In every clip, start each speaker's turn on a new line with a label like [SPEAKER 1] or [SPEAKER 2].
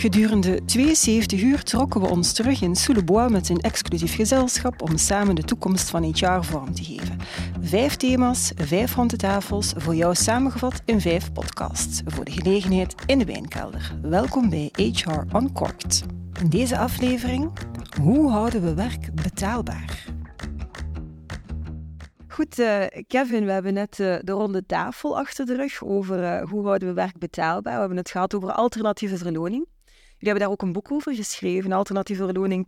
[SPEAKER 1] Gedurende 72 uur trokken we ons terug in Soulebois met een exclusief gezelschap om samen de toekomst van HR vorm te geven. 5 thema's, 5 ronde tafels, voor jou samengevat in 5 podcasts. Voor de gelegenheid in de wijnkelder. Welkom bij HR Uncorked. In deze aflevering, hoe houden we werk betaalbaar? Goed, Kevin, we hebben net de ronde tafel achter de rug over hoe houden we werk betaalbaar. We hebben het gehad over alternatieve verloning. Jullie hebben daar ook een boek over geschreven, Alternatieve Verloning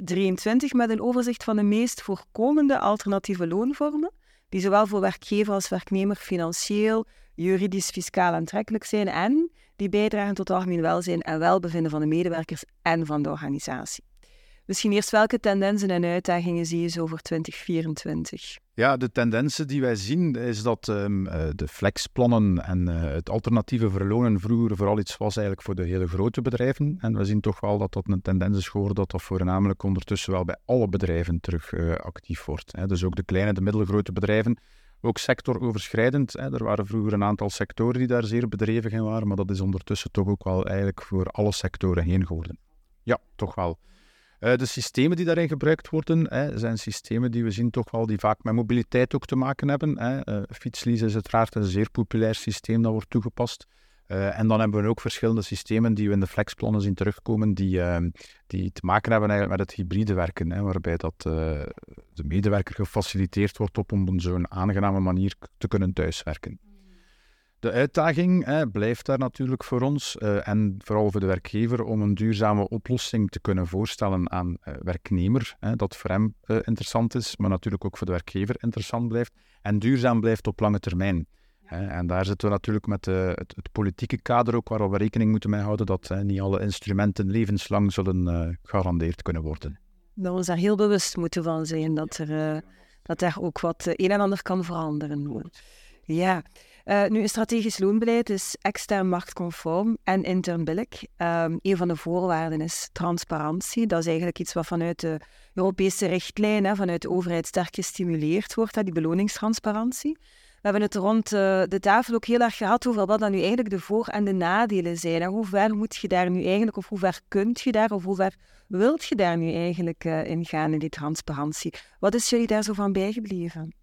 [SPEAKER 1] 2023, met een overzicht van de meest voorkomende alternatieve loonvormen, die zowel voor werkgever als werknemer financieel, juridisch, fiscaal aantrekkelijk zijn en die bijdragen tot het algemeen welzijn en welbevinden van de medewerkers en van de organisatie. Misschien eerst, welke tendensen en uitdagingen zie je zo voor 2024?
[SPEAKER 2] Ja, de tendensen die wij zien is dat de flexplannen en het alternatieve verlonen vroeger vooral iets was eigenlijk voor de hele grote bedrijven. En we zien toch wel dat dat een tendens is geworden dat dat voornamelijk ondertussen wel bij alle bedrijven terug actief wordt. Hè. Dus ook de kleine, de middelgrote bedrijven, ook sectoroverschrijdend. Hè. Er waren vroeger een aantal sectoren die daar zeer bedreven in waren, maar dat is ondertussen toch ook wel eigenlijk voor alle sectoren heen geworden. Ja, toch wel. De systemen die daarin gebruikt worden, zijn systemen die we zien toch wel die vaak met mobiliteit ook te maken hebben. Fietslease is uiteraard een zeer populair systeem dat wordt toegepast. En dan hebben we ook verschillende systemen die we in de flexplannen zien terugkomen, die te maken hebben eigenlijk met het hybride werken, waarbij dat de medewerker gefaciliteerd wordt op een zo'n aangename manier te kunnen thuiswerken. De uitdaging blijft daar natuurlijk voor ons en vooral voor de werkgever om een duurzame oplossing te kunnen voorstellen aan werknemer, dat voor hem interessant is, maar natuurlijk ook voor de werkgever interessant blijft en duurzaam blijft op lange termijn. En daar zitten we natuurlijk met het politieke kader ook waar we rekening moeten mee houden dat niet alle instrumenten levenslang zullen gegarandeerd kunnen worden.
[SPEAKER 1] Dat we ons daar heel bewust moeten van zijn, dat daar ook wat een en ander kan veranderen. Ja. Nu, een strategisch loonbeleid is extern marktconform en intern billig. Een van de voorwaarden is transparantie. Dat is eigenlijk iets wat vanuit de Europese richtlijn, vanuit de overheid sterk gestimuleerd wordt, die beloningstransparantie. We hebben het rond de tafel ook heel erg gehad over wat dan nu eigenlijk de voor- en de nadelen zijn. En hoe ver moet je daar nu eigenlijk, of hoe ver kunt je daar, of hoe ver wilt je daar nu eigenlijk in gaan in die transparantie? Wat is jullie daar zo van bijgebleven?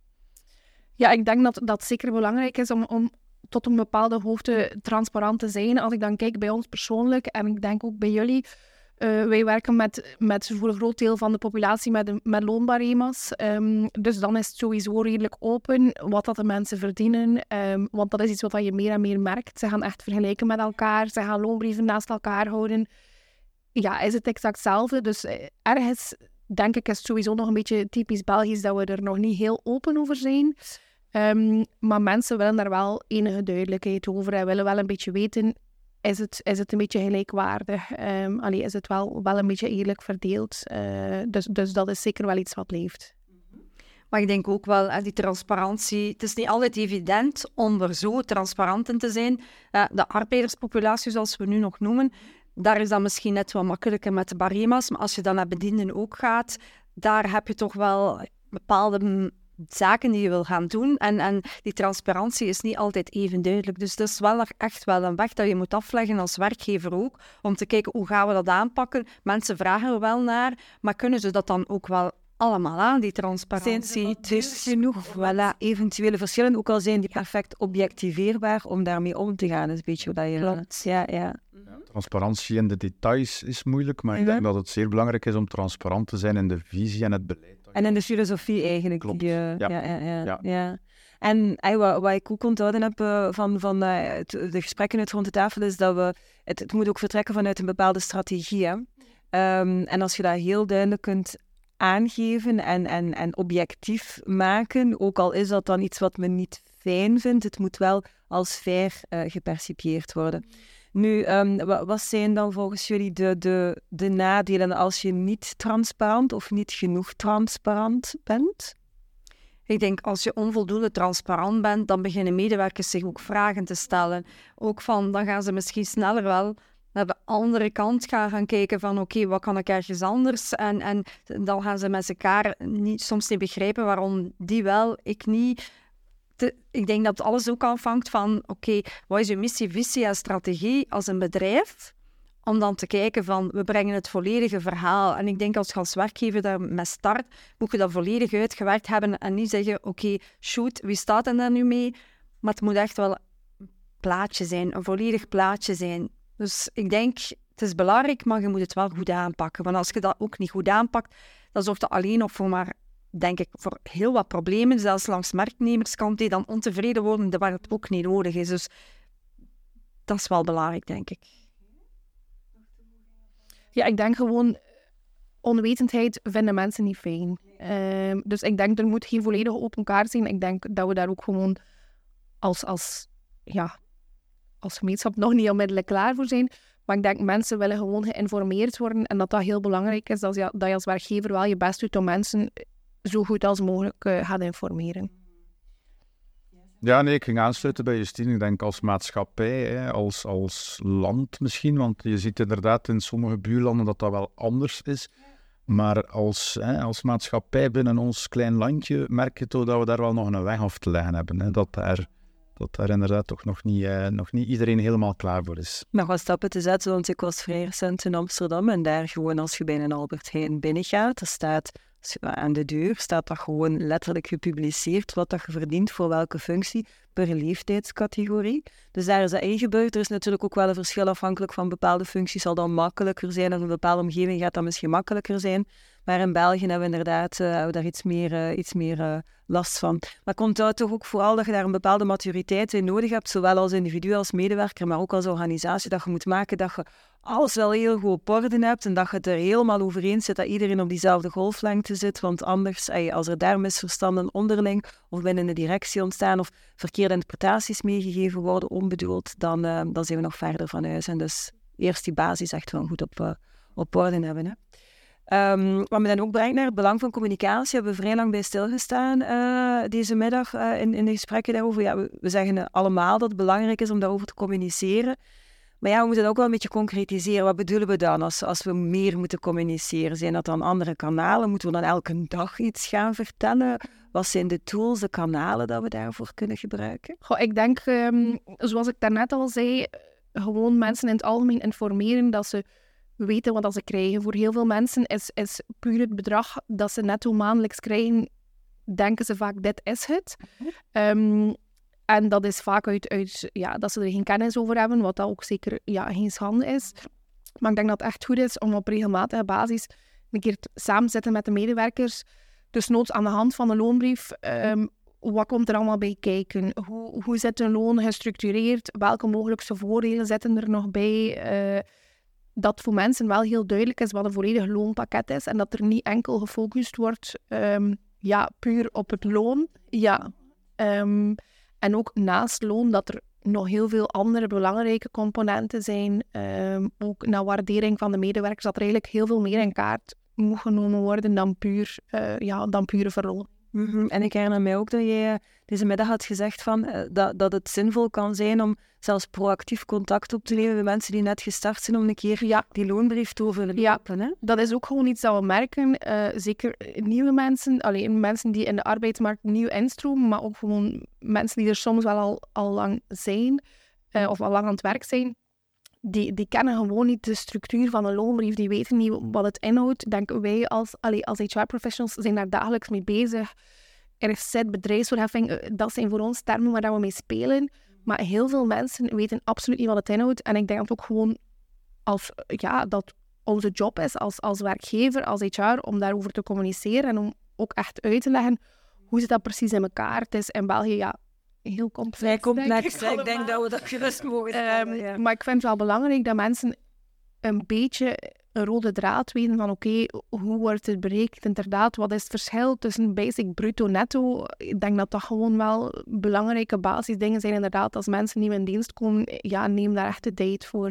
[SPEAKER 3] Ja, ik denk dat dat zeker belangrijk is om tot een bepaalde hoogte transparant te zijn. Als ik dan kijk bij ons persoonlijk, en ik denk ook bij jullie, wij werken met voor een groot deel van de populatie met loonbarema's. Dus dan is het sowieso redelijk open wat dat de mensen verdienen. Want dat is iets wat je meer en meer merkt. Ze gaan echt vergelijken met elkaar. Ze gaan loonbrieven naast elkaar houden. Ja, is het exact hetzelfde. Dus ergens denk ik is het sowieso nog een beetje typisch Belgisch dat we er nog niet heel open over zijn. Maar mensen willen daar wel enige duidelijkheid over en willen wel een beetje weten, is het een beetje gelijkwaardig? Is het wel een beetje eerlijk verdeeld? Dus dat is zeker wel iets wat leeft.
[SPEAKER 4] Maar ik denk ook wel, die transparantie, het is niet altijd evident om er zo transparant in te zijn. De arbeiderspopulatie, zoals we nu nog noemen, daar is dat misschien net wat makkelijker met de barema's, maar als je dan naar bedienden ook gaat, daar heb je toch wel bepaalde zaken die je wil gaan doen. En die transparantie is niet altijd even duidelijk. Dus dat is wel echt wel een weg dat je moet afleggen als werkgever ook, om te kijken hoe gaan we dat aanpakken. Mensen vragen er wel naar, maar kunnen ze dat dan ook wel allemaal aan, die transparantie?
[SPEAKER 1] Zijn ze genoeg? Voilà, eventuele verschillen, ook al zijn die perfect objectiveerbaar, om daarmee om te gaan, is een beetje wat je...
[SPEAKER 4] Klopt.
[SPEAKER 1] Ja.
[SPEAKER 2] Transparantie in de details is moeilijk, maar ik denk dat het zeer belangrijk is om transparant te zijn in de visie en het beleid.
[SPEAKER 1] En in de filosofie eigenlijk.
[SPEAKER 2] Klopt.
[SPEAKER 1] Ja. En wat ik ook onthouden heb van de gesprekken uit rond de tafel, is dat het moet ook vertrekken vanuit een bepaalde strategie. Hè? En als je dat heel duidelijk kunt aangeven en objectief maken, ook al is dat dan iets wat men niet fijn vindt, het moet wel als fair gepercipieerd worden. Nu, wat zijn dan volgens jullie de nadelen als je niet transparant of niet genoeg transparant bent?
[SPEAKER 4] Ik denk, als je onvoldoende transparant bent, dan beginnen medewerkers zich ook vragen te stellen. Ook dan gaan ze misschien sneller wel naar de andere kant gaan kijken van oké, wat kan ik ergens anders? En dan gaan ze met elkaar soms niet begrijpen waarom die wel, ik niet. Ik denk dat alles ook afhangt van oké, wat is je missie, visie en strategie als een bedrijf om dan te kijken van, we brengen het volledige verhaal. En ik denk als je als werkgever daarmee start, moet je dat volledig uitgewerkt hebben en niet zeggen, oké, shoot, wie staat er daar nu mee? Maar het moet echt wel een plaatje zijn, een volledig plaatje zijn. Dus ik denk, het is belangrijk, maar je moet het wel goed aanpakken. Want als je dat ook niet goed aanpakt, dan zorgt dat alleen nog voor maar, denk ik, voor heel wat problemen, zelfs langs werknemerskant, die dan ontevreden worden, waar het ook niet nodig is. Dus dat is wel belangrijk, denk ik.
[SPEAKER 3] Ja, ik denk gewoon, onwetendheid vinden mensen niet fijn. Dus ik denk, er moet geen volledige open kaart zijn. Ik denk dat we daar ook gewoon als gemeenschap nog niet onmiddellijk klaar voor zijn. Maar ik denk, mensen willen gewoon geïnformeerd worden en dat heel belangrijk is, dat je als werkgever wel je best doet om mensen zo goed als mogelijk gaat informeren.
[SPEAKER 2] Ja, nee, ik ging aansluiten bij Justine. Ik denk als maatschappij, als land misschien, want je ziet inderdaad in sommige buurlanden dat dat wel anders is. Maar als maatschappij binnen ons klein landje merk je toch dat we daar wel nog een weg af te leggen hebben. Hè. Dat daar inderdaad toch nog niet iedereen helemaal klaar voor is.
[SPEAKER 1] Nog wat stappen te zetten, want ik was vrij recent in Amsterdam en daar gewoon als je bij een Albert Heijn binnengaat, er staat aan de deur, staat dat gewoon letterlijk gepubliceerd wat dat je verdient voor welke functie per leeftijdscategorie. Dus daar is dat ingebeurd. Er is natuurlijk ook wel een verschil afhankelijk van bepaalde functies. Zal dat makkelijker zijn, of in een bepaalde omgeving gaat dat misschien makkelijker zijn. Maar in België hebben we inderdaad daar iets meer last van. Maar het komt uit toch ook vooral dat je daar een bepaalde maturiteit in nodig hebt, zowel als individu, als medewerker, maar ook als organisatie, dat je moet maken dat je alles wel heel goed op orde hebt en dat je het er helemaal over eens zit dat iedereen op diezelfde golflengte zit, want anders, als er daar misverstanden onderling of binnen de directie ontstaan of verkeerde interpretaties meegegeven worden, onbedoeld, dan zijn we nog verder van huis. En dus eerst die basis echt wel goed op orde hebben. Hè. Wat me dan ook brengt naar het belang van communicatie, hebben we vrij lang bij stilgestaan deze middag in de gesprekken daarover. Ja, we zeggen allemaal dat het belangrijk is om daarover te communiceren. Maar ja, we moeten het ook wel een beetje concretiseren. Wat bedoelen we dan als we meer moeten communiceren? Zijn dat dan andere kanalen? Moeten we dan elke dag iets gaan vertellen? Wat zijn de tools, de kanalen dat we daarvoor kunnen gebruiken?
[SPEAKER 3] Goh, ik denk, zoals ik daarnet al zei, gewoon mensen in het algemeen informeren dat ze weten wat ze krijgen. Voor heel veel mensen is puur het bedrag dat ze netto maandelijks krijgen, denken ze vaak, dit is het. En dat is vaak uit dat ze er geen kennis over hebben, wat dat ook zeker geen schande is. Maar ik denk dat het echt goed is om op regelmatige basis een keer samen te zitten met de medewerkers. Dus noods aan de hand van de loonbrief, wat komt er allemaal bij kijken? Hoe zit een loon gestructureerd? Welke mogelijkste voordelen zitten er nog bij? Dat voor mensen wel heel duidelijk is wat een volledig loonpakket is en dat er niet enkel gefocust wordt puur op het loon. Ja. En ook naast loon dat er nog heel veel andere belangrijke componenten zijn. Ook naar waardering van de medewerkers, dat er eigenlijk heel veel meer in kaart moet genomen worden dan pure verloning.
[SPEAKER 1] Mm-hmm. En ik herinner mij ook dat jij deze middag had gezegd dat het zinvol kan zijn om zelfs proactief contact op te nemen met mensen die net gestart zijn om een keer die loonbrief te overlopen.
[SPEAKER 3] Ja, dat is ook gewoon iets dat we merken. Zeker nieuwe mensen, mensen die in de arbeidsmarkt nieuw instromen, maar ook gewoon mensen die er soms wel al lang zijn of al lang aan het werk zijn. Die kennen gewoon niet de structuur van een loonbrief, die weten niet wat het inhoudt. Denken wij als HR-professionals zijn daar dagelijks mee bezig. RFZ, bedrijfsvoorheffing, dat zijn voor ons termen waar we mee spelen. Maar heel veel mensen weten absoluut niet wat het inhoudt. En ik denk dat ook gewoon dat onze job is als werkgever, als HR, om daarover te communiceren en om ook echt uit te leggen hoe zit dat precies in elkaar. Het is in België heel complex.
[SPEAKER 1] Vrij complex. Ik denk dat we dat gerust mogen stellen.
[SPEAKER 3] Maar ik vind het wel belangrijk dat mensen een beetje een rode draad weten van hoe wordt het berekend inderdaad? Wat is het verschil tussen basic, bruto, netto? Ik denk dat dat gewoon wel belangrijke basisdingen zijn inderdaad. Als mensen nieuw in dienst komen, neem daar echt de tijd voor.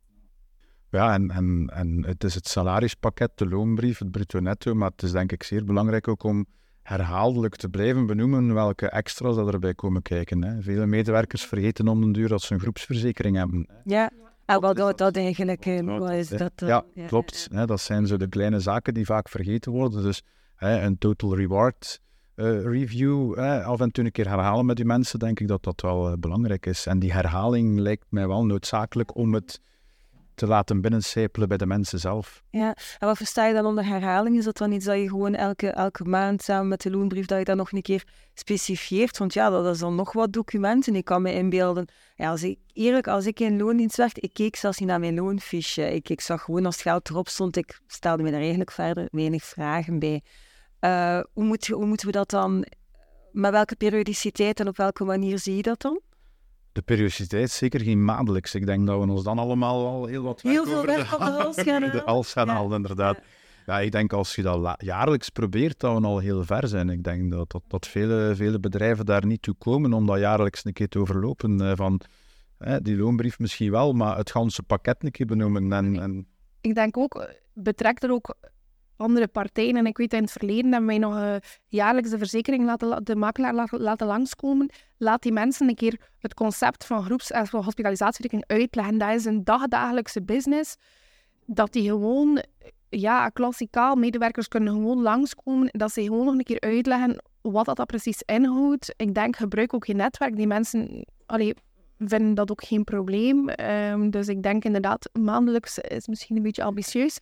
[SPEAKER 2] Ja, en het is het salarispakket, de loonbrief, het bruto-netto, maar het is denk ik zeer belangrijk ook om herhaaldelijk te blijven benoemen welke extra's dat erbij komen kijken. Hè. Vele medewerkers vergeten om den duur dat ze een groepsverzekering hebben.
[SPEAKER 1] Ja, en wat houdt dat eigenlijk in? Wat is dat?
[SPEAKER 2] Klopt. Hè, dat zijn zo de kleine zaken die vaak vergeten worden. Dus een total reward review, af en toe een keer herhalen met die mensen, denk ik dat dat wel belangrijk is. En die herhaling lijkt mij wel noodzakelijk om het te laten binnencijpelen bij de mensen zelf.
[SPEAKER 1] Ja, en wat versta je dan onder herhaling? Is dat dan iets dat je gewoon elke maand samen met de loonbrief, dat je dat nog een keer specifieert? Want ja, dat is dan nog wat documenten. Ik kan me inbeelden, ja, als ik in loondienst werkte, ik keek zelfs niet naar mijn loonfiche. Ik zag gewoon als het geld erop stond, ik stelde me daar eigenlijk verder weinig vragen bij. Hoe moeten we dat dan, met welke periodiciteit en op welke manier zie je dat dan?
[SPEAKER 2] De periodiciteit is zeker geen maandelijks. Ik denk dat we ons dan allemaal al heel wat
[SPEAKER 1] Heel veel werk op de hals gaan halen.
[SPEAKER 2] De hals gaan halen, inderdaad. Ja, ik denk als je dat jaarlijks probeert, dat we al heel ver zijn. Ik denk dat vele bedrijven daar niet toe komen om dat jaarlijks een keer te overlopen. Die loonbrief misschien wel, maar het ganse pakket een keer benoemen.
[SPEAKER 3] Ik denk ook, betrekt er ook andere partijen. En ik weet, in het verleden hebben wij nog jaarlijks de verzekering de makelaar laten langskomen. Laat die mensen een keer het concept van hospitalisatieverzekering uitleggen. Dat is een dagdagelijkse business. Dat die gewoon, klassikaal, medewerkers kunnen gewoon langskomen. Dat ze gewoon nog een keer uitleggen wat dat precies inhoudt. Ik denk, gebruik ook je netwerk. Die mensen vinden dat ook geen probleem. Dus ik denk inderdaad, maandelijks is misschien een beetje ambitieus.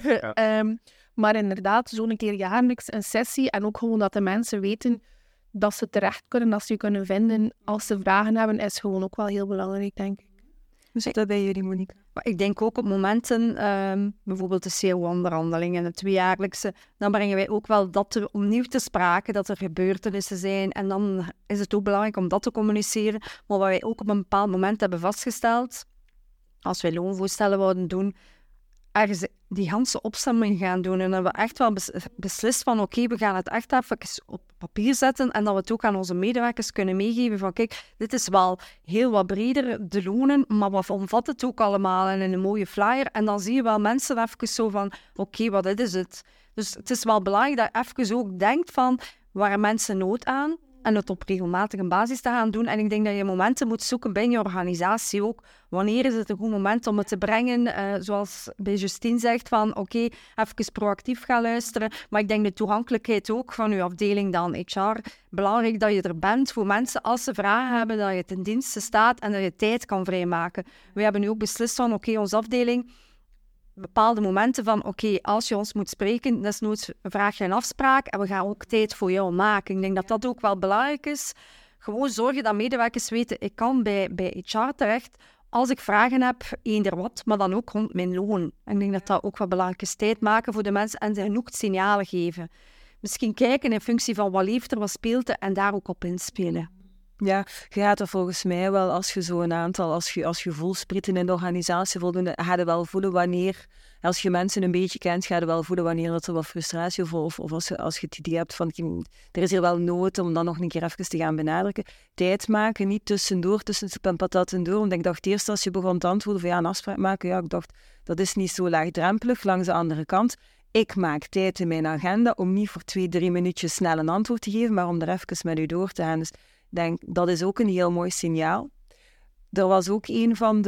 [SPEAKER 3] Maar inderdaad, zo'n keer jaarlijks een sessie. En ook gewoon dat de mensen weten dat ze terecht kunnen, dat ze je kunnen vinden als ze vragen hebben, is gewoon ook wel heel belangrijk, denk ik.
[SPEAKER 1] Hoe zit dat bij jullie, Monica?
[SPEAKER 4] Maar ik denk ook op momenten, bijvoorbeeld de CO-onderhandelingen, het tweejaarlijkse, dan brengen wij ook wel dat opnieuw te sprake, dat er gebeurtenissen zijn. En dan is het ook belangrijk om dat te communiceren. Maar wat wij ook op een bepaald moment hebben vastgesteld, als wij loonvoorstellen wouden doen, ergens die ganse opstemming gaan doen. En dat we echt wel beslist van oké, we gaan het echt even op papier zetten en dat we het ook aan onze medewerkers kunnen meegeven van kijk, dit is wel heel wat breder, de lonen, maar wat omvat het ook allemaal en in een mooie flyer. En dan zie je wel mensen even zo van oké, wat is het? Dus het is wel belangrijk dat je even ook denkt van waar mensen nood aan en het op regelmatige basis te gaan doen. En ik denk dat je momenten moet zoeken binnen je organisatie ook. Wanneer is het een goed moment om het te brengen? Zoals bij Justine zegt, van oké, even proactief gaan luisteren. Maar ik denk de toegankelijkheid ook van uw afdeling dan HR. Belangrijk dat je er bent voor mensen als ze vragen hebben, dat je ten dienste staat en dat je tijd kan vrijmaken. We hebben nu ook beslist van oké, onze afdeling, bepaalde momenten van oké, als je ons moet spreken, desnoods vraag je een afspraak en we gaan ook tijd voor jou maken. Ik denk dat dat ook wel belangrijk is. Gewoon zorgen dat medewerkers weten, ik kan bij HR terecht als ik vragen heb, eender wat, maar dan ook rond mijn loon. En ik denk dat dat ook wel belangrijk is. Tijd maken voor de mensen en ze genoeg signalen geven. Misschien kijken in functie van wat leeft er, wat speelt er en daar ook op inspelen.
[SPEAKER 1] Ja, je gaat er volgens mij wel, als je zo'n aantal, als je voelspritten in de organisatie voldoende, ga je wel voelen wanneer, als je mensen een beetje kent, ga je wel voelen wanneer dat er wat frustratie of als je het idee hebt van, er is hier wel nood om dan nog een keer even te gaan benadrukken. Tijd maken, niet tussendoor, tussen soep en patat en door. Want ik dacht eerst als je begon te antwoorden van een afspraak maken, ik dacht, dat is niet zo laagdrempelig. Langs de andere kant, ik maak tijd in mijn agenda om niet voor 2-3 minuutjes snel een antwoord te geven, maar om er even met u door te gaan. Dus ik denk, dat is ook een heel mooi signaal. Er was ook een van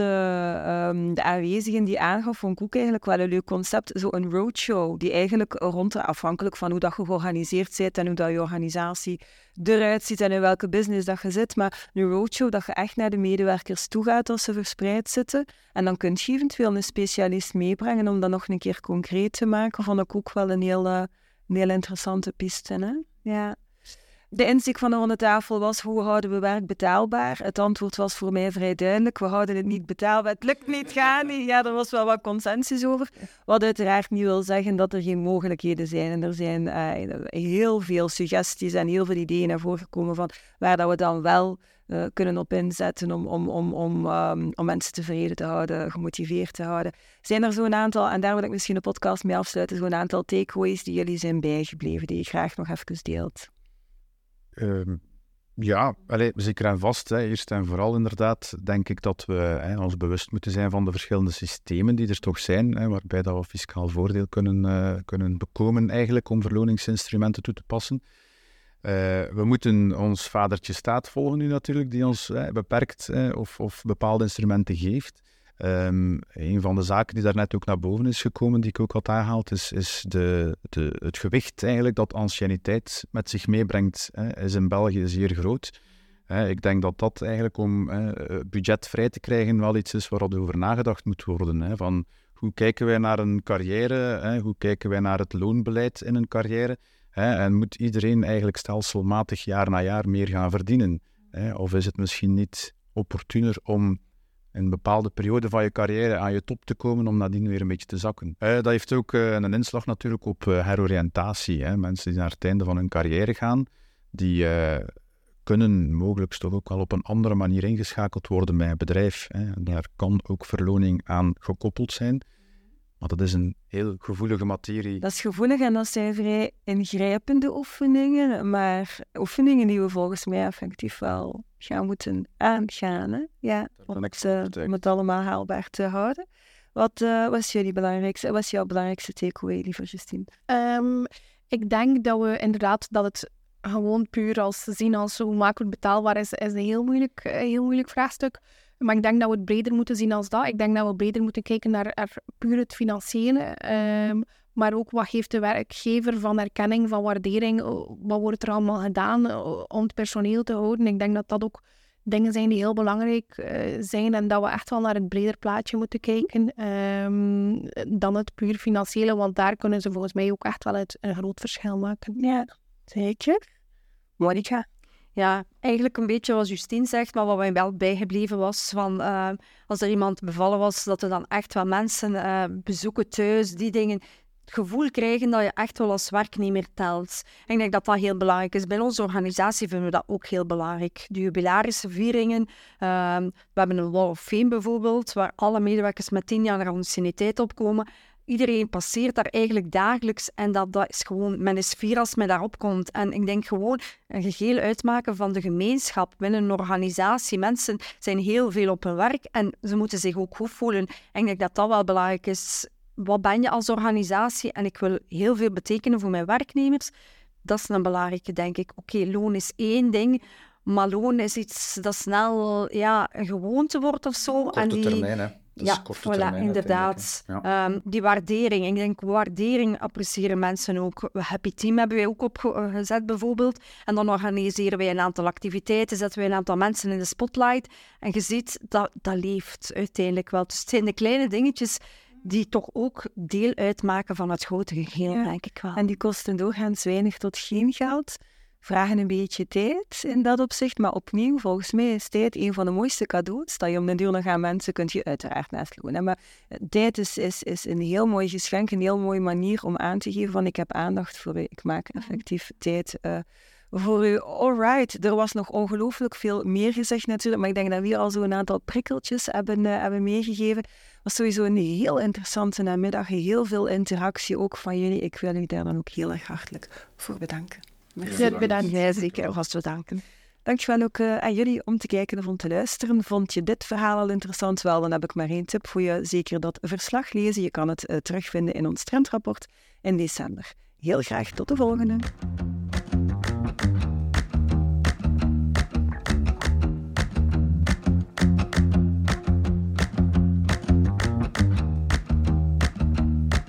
[SPEAKER 1] de aanwezigen die aangaf, vond ik ook eigenlijk wel een leuk concept, zo'n roadshow, die eigenlijk afhankelijk van hoe dat je georganiseerd bent en hoe dat je organisatie eruit ziet en in welke business dat je zit, maar een roadshow dat je echt naar de medewerkers toe gaat als ze verspreid zitten. En dan kun je eventueel een specialist meebrengen om dat nog een keer concreet te maken. Vond ik ook wel een heel interessante piste. Hè? Ja. De insteek van de ronde tafel was, hoe houden we werk betaalbaar? Het antwoord was voor mij vrij duidelijk. We houden het niet betaalbaar. Het lukt niet, gaat niet. Ja, er was wel wat consensus over. Wat uiteraard niet wil zeggen dat er geen mogelijkheden zijn. En er zijn heel veel suggesties en heel veel ideeën naar voren gekomen van waar dat we dan wel kunnen op inzetten om mensen tevreden te houden, gemotiveerd te houden. Zijn er zo'n aantal, en daar wil ik misschien de podcast mee afsluiten, zo'n aantal takeaways die jullie zijn bijgebleven, die je graag nog even deelt?
[SPEAKER 2] Zeker en vast. Eerst en vooral inderdaad denk ik dat we ons bewust moeten zijn van de verschillende systemen die er toch zijn, waarbij dat we fiscaal voordeel kunnen bekomen eigenlijk om verloningsinstrumenten toe te passen. We moeten ons vadertje staat volgen nu natuurlijk, die ons beperkt of bepaalde instrumenten geeft. Een van de zaken die daarnet ook naar boven is gekomen, die ik ook had aangehaald, is het gewicht eigenlijk dat anciëniteit met zich meebrengt, is in België zeer groot. Ik denk dat dat eigenlijk om budget vrij te krijgen wel iets is waar over nagedacht moet worden. Van hoe kijken wij naar een carrière? Hoe kijken wij naar het loonbeleid in een carrière? En moet iedereen eigenlijk stelselmatig jaar na jaar meer gaan verdienen? Of is het misschien niet opportuner om in een bepaalde periode van je carrière aan je top te komen om nadien weer een beetje te zakken? Dat heeft ook een inslag natuurlijk op heroriëntatie. Mensen die naar het einde van hun carrière gaan, die kunnen mogelijk toch ook wel op een andere manier ingeschakeld worden bij een bedrijf. Daar kan ook verloning aan gekoppeld zijn. Maar dat is een heel gevoelige materie.
[SPEAKER 1] Dat is gevoelig en dat zijn vrij ingrijpende oefeningen, maar oefeningen die we volgens mij effectief wel gaan moeten aangaan. Hè? Ja, om het allemaal haalbaar te houden. Wat was jouw belangrijkste takeaway, lieve Justine?
[SPEAKER 3] Ik denk dat we inderdaad dat het gewoon puur zien als hoe maken we het betaalbaar is een heel moeilijk vraagstuk. Maar ik denk dat we het breder moeten zien als dat. Ik denk dat we breder moeten kijken naar puur het financiële. Maar ook wat geeft de werkgever van erkenning, van waardering. Wat wordt er allemaal gedaan om het personeel te houden. Ik denk dat dat ook dingen zijn die heel belangrijk zijn. En dat we echt wel naar het breder plaatje moeten kijken. Dan het puur financiële. Want daar kunnen ze volgens mij ook echt wel een groot verschil maken.
[SPEAKER 1] Ja, zeker. Monica?
[SPEAKER 4] Ja, eigenlijk een beetje wat Justine zegt, maar wat mij wel bijgebleven was van als er iemand bevallen was, dat er dan echt wel mensen bezoeken thuis, die dingen, het gevoel krijgen dat je echt wel als werknemer telt. En ik denk dat dat heel belangrijk is. Bij onze organisatie vinden we dat ook heel belangrijk. De jubilarische vieringen. We hebben een Wall of Fame bijvoorbeeld, waar alle medewerkers met 10 jaar anciëniteit opkomen. Iedereen passeert daar eigenlijk dagelijks en dat is gewoon, men is fier als men daarop komt. En ik denk gewoon een geheel uitmaken van de gemeenschap binnen een organisatie. Mensen zijn heel veel op hun werk en ze moeten zich ook goed voelen. En ik denk dat dat wel belangrijk is. Wat ben je als organisatie? En ik wil heel veel betekenen voor mijn werknemers. Dat is een belangrijke, denk ik. Oké, loon is één ding, maar loon is iets dat snel een gewoonte wordt of zo.
[SPEAKER 2] Korte termijn, hè.
[SPEAKER 4] Ja, voilà, inderdaad. Ja. Die waardering. Ik denk, waardering appreciëren mensen ook. Happy Team hebben wij ook opgezet bijvoorbeeld. En dan organiseren wij een aantal activiteiten, zetten wij een aantal mensen in de spotlight. En je ziet, dat leeft uiteindelijk wel. Dus het zijn de kleine dingetjes die toch ook deel uitmaken van het grote geheel, denk ik wel.
[SPEAKER 1] En die kosten doorgaans weinig tot geen geld. Vragen een beetje tijd in dat opzicht. Maar opnieuw, volgens mij is tijd een van de mooiste cadeaus dat je om de duur nog aan mensen kunt je uiteraard naast lonen. Maar tijd is een heel mooi geschenk, een heel mooie manier om aan te geven van ik heb aandacht voor u, ik maak effectief tijd voor u. Alright, er was nog ongelooflijk veel meer gezegd natuurlijk, maar ik denk dat we hier al zo een aantal prikkeltjes hebben meegegeven. Het was sowieso een heel interessante namiddag, heel veel interactie ook van jullie. Ik wil jullie daar dan ook heel erg hartelijk voor bedanken.
[SPEAKER 3] Merci. Bedankt.
[SPEAKER 1] Jij zeker, vast bedanken. Dankjewel ook aan jullie om te kijken of om te luisteren. Vond je dit verhaal al interessant? Wel, dan heb ik maar één tip voor je. Zeker dat verslag lezen. Je kan het terugvinden in ons trendrapport in december. Heel graag tot de volgende.